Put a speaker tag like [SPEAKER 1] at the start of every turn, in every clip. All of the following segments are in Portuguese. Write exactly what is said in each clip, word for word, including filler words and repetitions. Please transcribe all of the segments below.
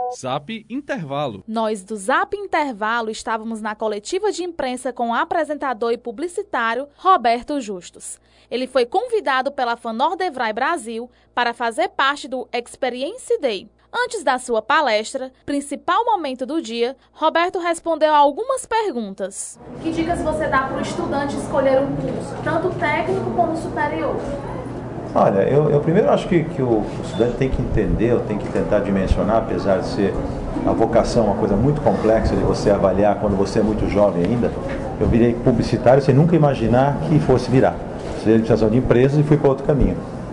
[SPEAKER 1] Zap Intervalo.
[SPEAKER 2] Nós do Zap Intervalo estávamos na coletiva de imprensa com o apresentador e publicitário Roberto Justus. Ele foi convidado pela Fanordevrai Brasil para fazer parte do Experience Day. Antes da sua palestra, principal momento do dia, Roberto respondeu a algumas perguntas. Que dicas você dá para o estudante escolher um curso, tanto técnico como superior?
[SPEAKER 3] Olha, eu, eu primeiro acho que, que o estudante tem que entender, ou tem que tentar dimensionar, apesar de ser a vocação uma coisa muito complexa de você avaliar quando você é muito jovem ainda. Eu virei publicitário sem nunca imaginar que fosse virar. Estudei administração de empresas e fui para outro caminho.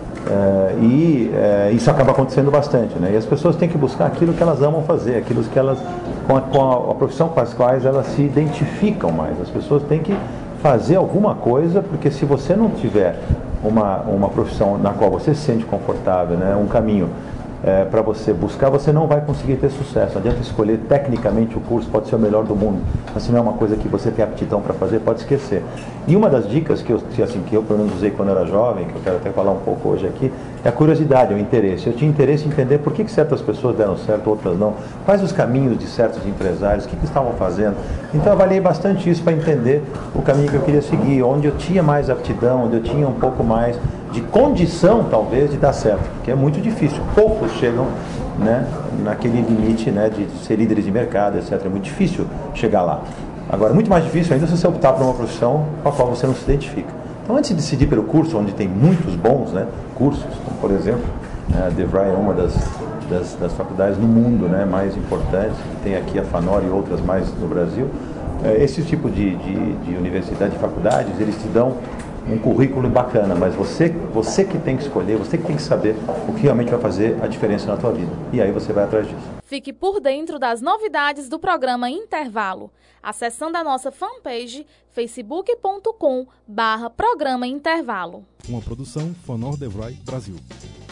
[SPEAKER 3] É, e é, isso acaba acontecendo bastante, né? E as pessoas têm que buscar aquilo que elas amam fazer, aquilo que elas, com a, com a, a profissão com as quais elas se identificam mais. As pessoas têm que fazer alguma coisa, porque se você não tiver uma, uma profissão na qual você se sente confortável, né? Um caminho é, para você buscar, você não vai conseguir ter sucesso. Não adianta escolher tecnicamente o curso, pode ser o melhor do mundo, mas se não é uma coisa que você tem aptidão para fazer, pode esquecer. E uma das dicas que eu, assim, que eu pelo menos usei quando era jovem, que eu quero até falar um pouco hoje aqui, é a curiosidade, é o interesse. Eu tinha interesse em entender por que, que certas pessoas deram certo, outras não, quais os caminhos de certos empresários, o que, que estavam fazendo. Então eu avaliei bastante isso para entender o caminho que eu queria seguir, onde eu tinha mais aptidão, onde eu tinha um pouco mais de condição, talvez, de dar certo, porque é muito difícil. Poucos chegam, né, naquele limite, né, de ser líderes de mercado, etcétera. É muito difícil chegar lá. Agora, muito mais difícil ainda se você optar por uma profissão com a qual você não se identifica. Então, antes de decidir pelo curso, onde tem muitos bons, né, cursos, como por exemplo, a DeVry é uma das, das, das faculdades no mundo, né, mais importantes, tem aqui a Fanor e outras mais no Brasil. Esse tipo de, de, de universidade, de faculdades, eles te dão um currículo bacana, mas você, você que tem que escolher, você que tem que saber o que realmente vai fazer a diferença na tua vida. E aí você vai atrás disso.
[SPEAKER 2] Fique por dentro das novidades do programa Intervalo, acessando a nossa fanpage facebook ponto com barra programa Intervalo.
[SPEAKER 1] Uma produção Fanordevrai Brasil.